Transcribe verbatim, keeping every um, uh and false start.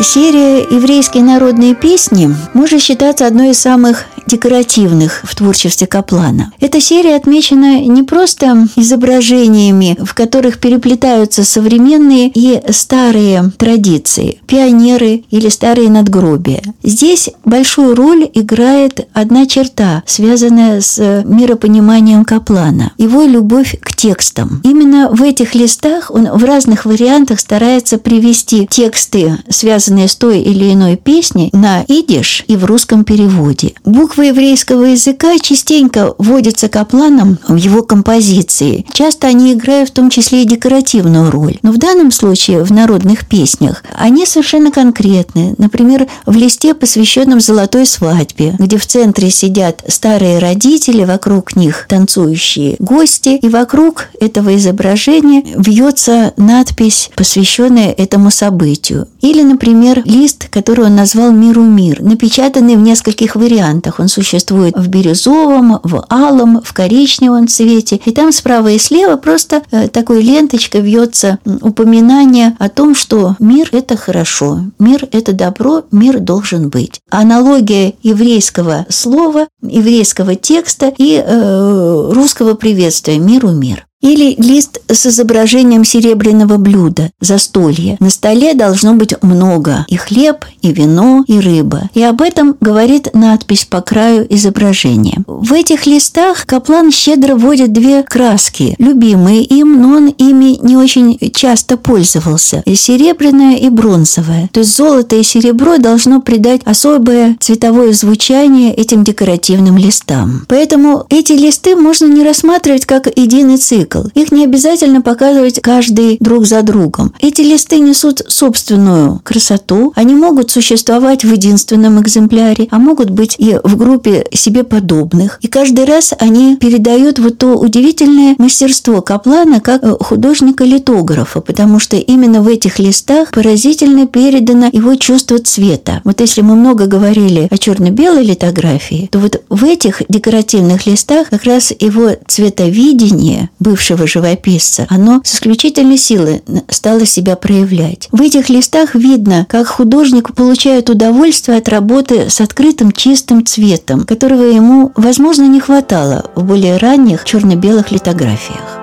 Серия «Еврейские народные песни» может считаться одной из самых декоративных в творчестве Каплана. Эта серия отмечена не просто изображениями, в которых переплетаются современные и старые традиции, пионеры или старые надгробия. Здесь большую роль играет одна черта, связанная с миропониманием Каплана – его любовь к текстам. Именно в этих листах он в разных вариантах старается привести тексты, связанные с той или иной песней, на идиш и в русском переводе. Буквы еврейского языка частенько вводятся Капланом в его композиции. Часто они играют в том числе и декоративную роль. Но в данном случае в народных песнях они совершенно конкретны. Например, в листе, посвященном золотой свадьбе, где в центре сидят старые родители, вокруг них танцующие гости, и вокруг этого изображения вьется надпись, посвященная этому событию. Или, например, лист, который он назвал «Миру мир», напечатанный в нескольких вариантах. Он существует в бирюзовом, в алом, в коричневом цвете. И там справа и слева просто э, такой ленточкой вьется упоминание о том, что мир – это хорошо, мир – это добро, мир должен быть. Аналогия еврейского слова, еврейского текста и э, русского приветствия «Миру мир». Или лист с изображением серебряного блюда, застолье. На столе должно быть много и хлеб, и вино, и рыба. И об этом говорит надпись по краю изображения. В этих листах Каплан щедро вводит две краски, любимые им, но он ими не очень часто пользовался. Серебряное и бронзовое. То есть золото и серебро должно придать особое цветовое звучание этим декоративным листам. Поэтому эти листы можно не рассматривать как единый цикл. Их не обязательно показывать каждый друг за другом. Эти листы несут собственную красоту. Они могут существовать в единственном экземпляре, а могут быть и в группе себе подобных. И каждый раз они передают вот то удивительное мастерство Каплана как художника-литографа, потому что именно в этих листах поразительно передано его чувство цвета. Вот если мы много говорили о черно-белой литографии, то вот в этих декоративных листах как раз его цветовидение, бывшего живописца, оно с исключительной силой стало себя проявлять. В этих листах видно, как художник получает удовольствие от работы с открытым чистым цветом, которого ему, возможно, не хватало в более ранних черно-белых литографиях.